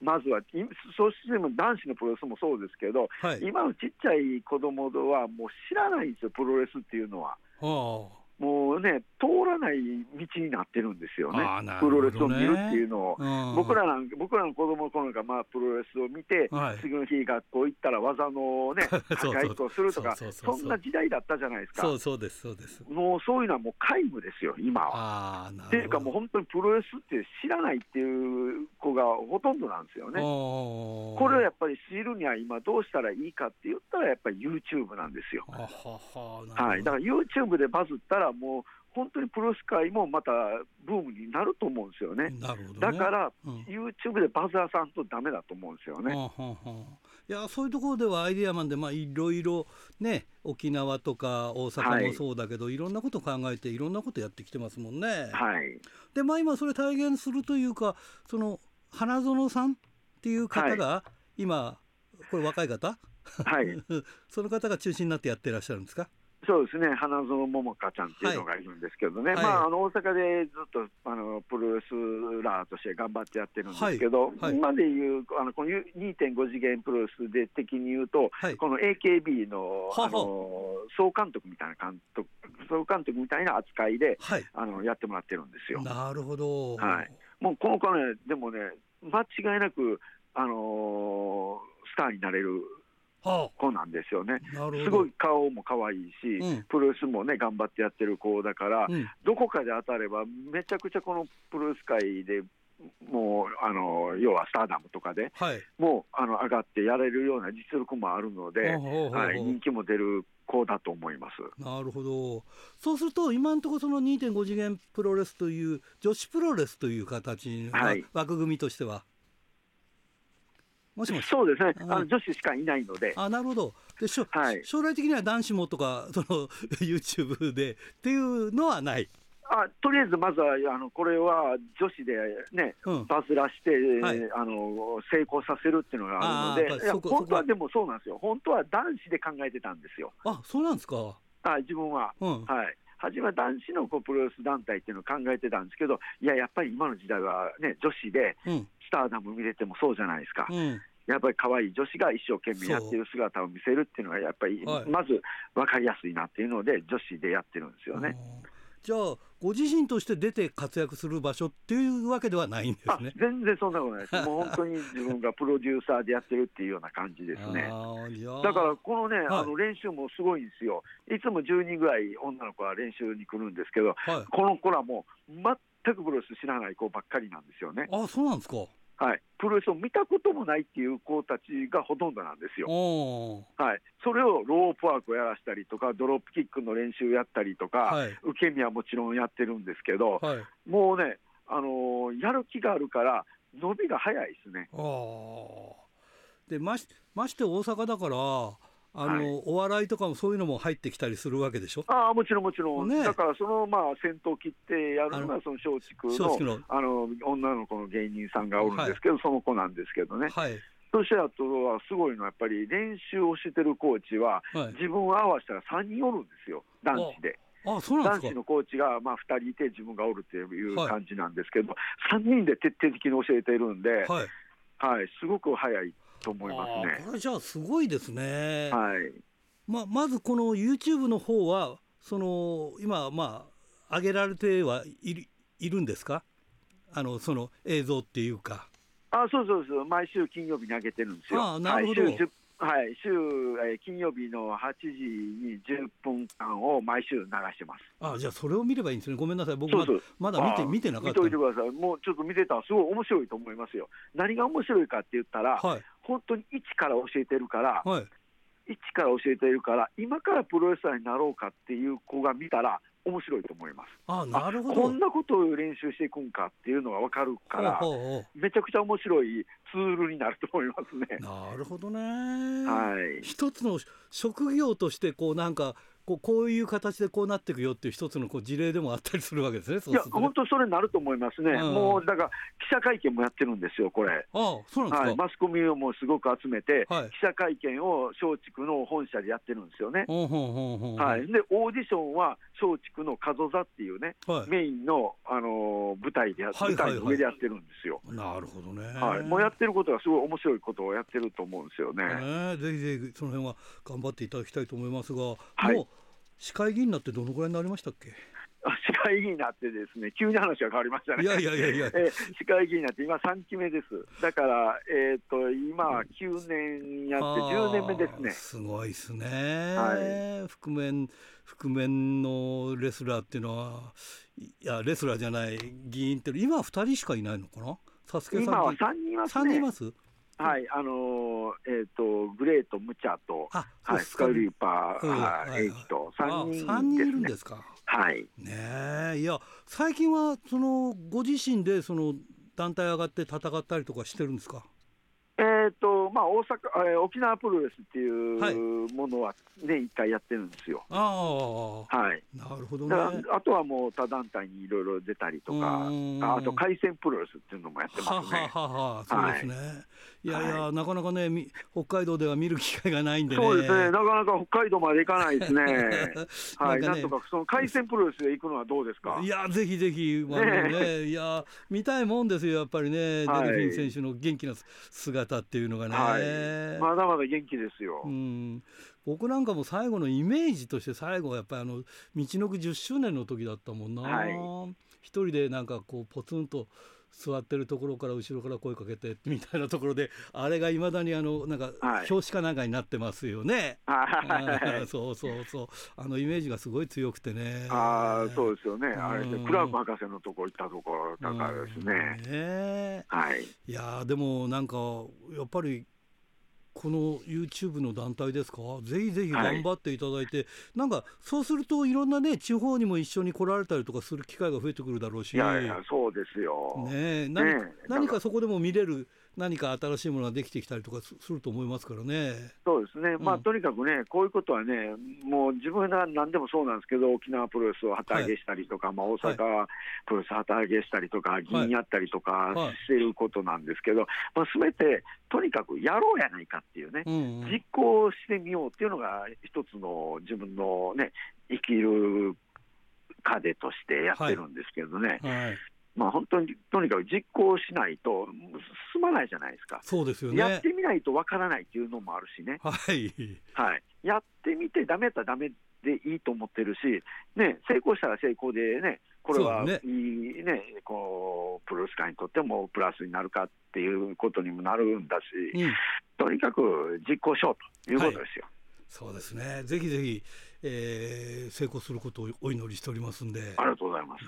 まずは、そしても男子のプロレスもそうですけど、はい、今のちっちゃい子供はもう知らないんですよ、プロレスっていうのは。もうね、通らない道になってるんですよね、プロレスを見るっていうのを、僕らの子供の頃がプロレスを見て、はい、次の日、学校行ったら技のね、回復をするとか、そんな時代だったじゃないですか。 そうです、 もうそういうのはもう皆無ですよ、今は。っていうか、もう本当にプロレスって知らないっていう子がほとんどなんですよね。これをやっぱり知るには、今、どうしたらいいかって言ったら、やっぱり YouTube なんですよ。はい、だから YouTube でバズったら、もう本当にプロレス界もまたブームになると思うんですよね。だから、YouTube でバズらさんとダメだと思うんですよね。 いや、そういうところではアイデアマンでいろいろね、沖縄とか大阪もそうだけど、いろんなこと考えていろんなことやってきてますもんね。 はい、 で今それ体現するというか、その花園さんっていう方が、今これ若い方、 はい、 その方が中心になってやってらっしゃるんですか？ そうですね、花園桃香ちゃんっていうのがいるんですけどね、大阪でずっとプロレスラーとして頑張ってやってるんですけど、今でいうこの 2.5 次元プロレスで的に言うと、この AKB の総監督みたいな扱いでやってもらってるんですよ。 なるほど。 もうこの子ね、でもね、間違いなくスターになれる子なんですよね。すごい顔も可愛いし、プロレスもね頑張ってやってる子だから、どこかで当たればめちゃくちゃこのプロレス界でもう要はスターダムとかで、もう上がってやれるような実力もあるので、人気も出る子だと思います。 なるほど。そうすると今のところその 2.5 次元プロレスという女子プロレスという形の枠組みとしては、もしもし。 そうですね、女子しかいないので。 なるほど。で将来的には男子もとかYouTube でっていうのはない。 とりあえずまずはこれは女子でね、バズらして、成功させるっていうのがあるので、本当はでもそうなんですよ。本当は男子で考えてたんですよ。 そうなんですか。 自分は、初めは男子のプロレス団体っていうのを考えてたんですけど、やっぱり今の時代はね、女子でスターダム見れてもそうじゃないですか。やっぱり可愛い女子が一生懸命やってる姿を見せるっていうのがやっぱりまず分かりやすいなっていうので女子でやってるんですよね。 じゃあご自身として出て活躍する場所っていうわけではないんですね。 全然そんなことないです。もう本当に自分がプロデューサーでやってるっていうような感じですね。だからこのね、練習もすごいんですよ。いつも10人ぐらい女の子は練習に来るんですけど、この子らも全くプロレス知らない子ばっかりなんですよね。 そうなんですか。 プロレスを見たこともないっていう子たちがほとんどなんですよ。それをロープワークをやらしたりとか、ドロップキックの練習やったりとか、受け身はもちろんやってるんですけど、もうね、やる気があるから伸びが早いですね。 でまして大阪だからお笑いとかもそういうのも入ってきたりするわけでしょ。 もちろんもちろん、だからその先頭切ってやるのがその松竹の女の子の芸人さんがおるんですけど、その子なんですけどね。そしてあとはすごいのはやっぱり練習をしてるコーチは自分を合わせたら3人おるんですよ、男子で。男子のコーチが2人いて自分がおるっていう感じなんですけど、3人で徹底的に教えているんで、すごく早いと思いますね。 これじゃあすごいですね。まずこの YouTube の方は今上げられてはいるんですか？その映像っていうか。 そう毎週金曜日に上げてるんですよ。 なるほど。 週金曜日の8時に10分間を毎週流してます。 じゃあそれを見ればいいんですね。ごめんなさい、僕まだ見てなかった。 見といてください。もうちょっと見てたらすごい面白いと思いますよ。何が面白いかって言ったら、本当に一から教えてるから、今からプロレスラーになろうかっていう子が見たら面白いと思います。 なるほど。 こんなことを練習していくんかっていうのが分かるから、めちゃくちゃ面白いツールになると思いますね。 なるほどね。一つの職業としてこういう形でこうなっていくよっていう一つの事例でもあったりするわけですね。 本当それになると思いますね。もうだから記者会見もやってるんですよ、これ。 そうなんですか。 マスコミをもすごく集めて、記者会見を松竹の本社でやってるんですよね。でオーディションは松竹の門座っていうね、メインの、舞台で舞台の上でやってるんですよ。 なるほどね。 もうやってることはすごい面白いことをやってると思うんですよね。 ぜひぜひその辺は頑張っていただきたいと思いますが、もう市会議員になってどのくらいになりましたっけ？ 市会議員になってですね、急に話が変わりましたね。 いや市会議員になって今3期目です。だから今9年やって10年目ですね。 すごいですね。覆面のレスラーっていうのは、いやレスラーじゃない議員って今は2人しかいないのかな？サスケさん。 今は3人いますね。 3人います。 はい、グレート・ムチャと、スカイリーパー、エイジと3人ですね。3人いるんですか。はいね。 いや最近はそのご自身でその団体上がって戦ったりとかしてるんですか？ 沖縄プロレスっていうものは年1回やってるんですよ。 はい、なるほどね。 あとはもう他団体にいろいろ出たりとか、あと海鮮プロレスっていうのもやってますね。 そうですね。いやなかなかね北海道では見る機会がないんでね。 そうですね、なかなか北海道まで行かないですね。なんとかその海鮮プロレスで行くのはどうですか？ いやぜひぜひいや見たいもんですよやっぱりね。デルフィン選手の元気な姿っていうのがね、 まだまだ元気ですよ。 僕なんかも最後のイメージとして最後はやっぱり道のく10周年の時だったもんな。一人でなんかこうポツンと座ってるところから後ろから声かけてみたいなところで、あれがいまだになんか表紙かなんかになってますよね。そうイメージがすごい強くてね。 そうですよね。あれでクラーク博士のとこ行ったところだからですね。 いやでもなんかやっぱりこの YouTube の団体ですか、ぜひぜひ頑張っていただいて、なんかそうするといろんなね地方にも一緒に来られたりとかする機会が増えてくるだろうし。 いやそうですよ。 何かそこでも見れる何か新しいものができてきたりとかすると思いますからね。 そうですね。とにかくねこういうことはね、もう自分が何でもそうなんですけど、沖縄プロレスを旗揚げしたりとか、大阪プロレス旗揚げしたりとか、議員やったりとかしてることなんですけど、全てとにかくやろうやないかっていうね、実行してみようっていうのが一つの自分のね生きる糧としてやってるんですけどね。本当にとにかく実行しないと進まないじゃないですか。 そうですよね。 やってみないとわからないっていうのもあるしね。やってみてダメだったらダメでいいと思ってるし、成功したら成功でね、これはいいね、こうプロレス界にとってもプラスになるかっていうことにもなるんだし、とにかく実行しようということですよ。 そうですね。ぜひぜひ、成功することをお祈りしておりますんで。 ありがとうございます。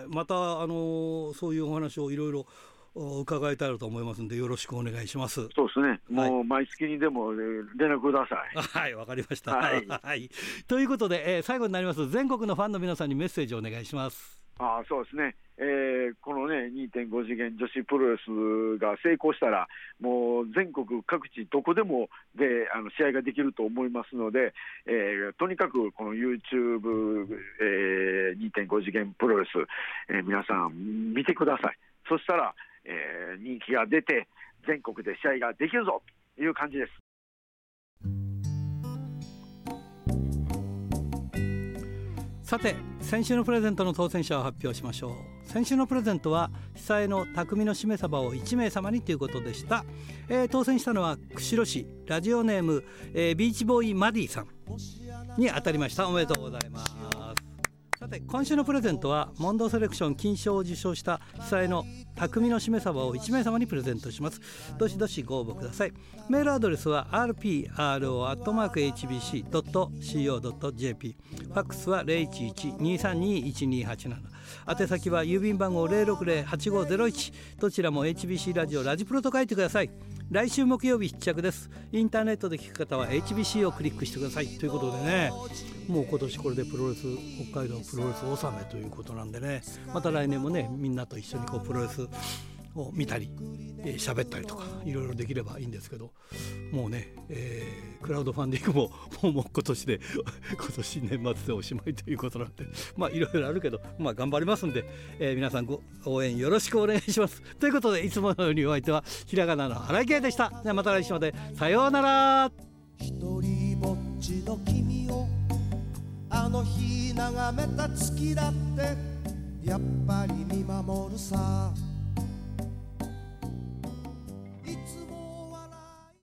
またそういうお話をいろいろ伺いたいと思いますんでよろしくお願いします。 そうですね。もう毎月にでも連絡ください。 はい、わかりました。ということで、最後になります全国のファンの皆さんにメッセージをお願いします。 そうですね。このね 2.5 次元女子プロレスが成功したらもう全国各地どこでもで試合ができると思いますので、とにかくこの YouTube、2.5 次元プロレス、皆さん見てください。そしたら、人気が出て全国で試合ができるぞという感じです。 さて先週のプレゼントの当選者を発表しましょう。先週のプレゼントは久江の匠のしめ鯖を1名様にということでした。当選したのは釧路市ラジオネーム、ビーチボーイマディさんに当たりました。おめでとうございます。さて今週のプレゼントはモンドセレクション金賞を受賞した久江の匠のしめ鯖を1名様にプレゼントします。どしどしご応募ください。メールアドレスは rpro@hbc.co.jp、 ファックスは 011-232-1287、宛先は郵便番号 060-8501、 どちらも HBC ラジオラジプロと書いてください。来週木曜日必着です。インターネットで聞く方は HBC をクリックしてくださいということでね、もう今年これでプロレス北海道プロレス納めということなんでね、また来年もねみんなと一緒にこうプロレスを見たり喋ったりとかいろいろできればいいんですけど、もうね、クラウドファンディングももう今年年末でおしまいということなんで、いろいろあるけど頑張りますんで、皆さんご応援よろしくお願いします。ということでいつものようにお相手はひらがなの荒井圭でした。ではまた来週までさようなら。 一人ぼっちの君をああの日眺めた月だってやっぱり見守るさ。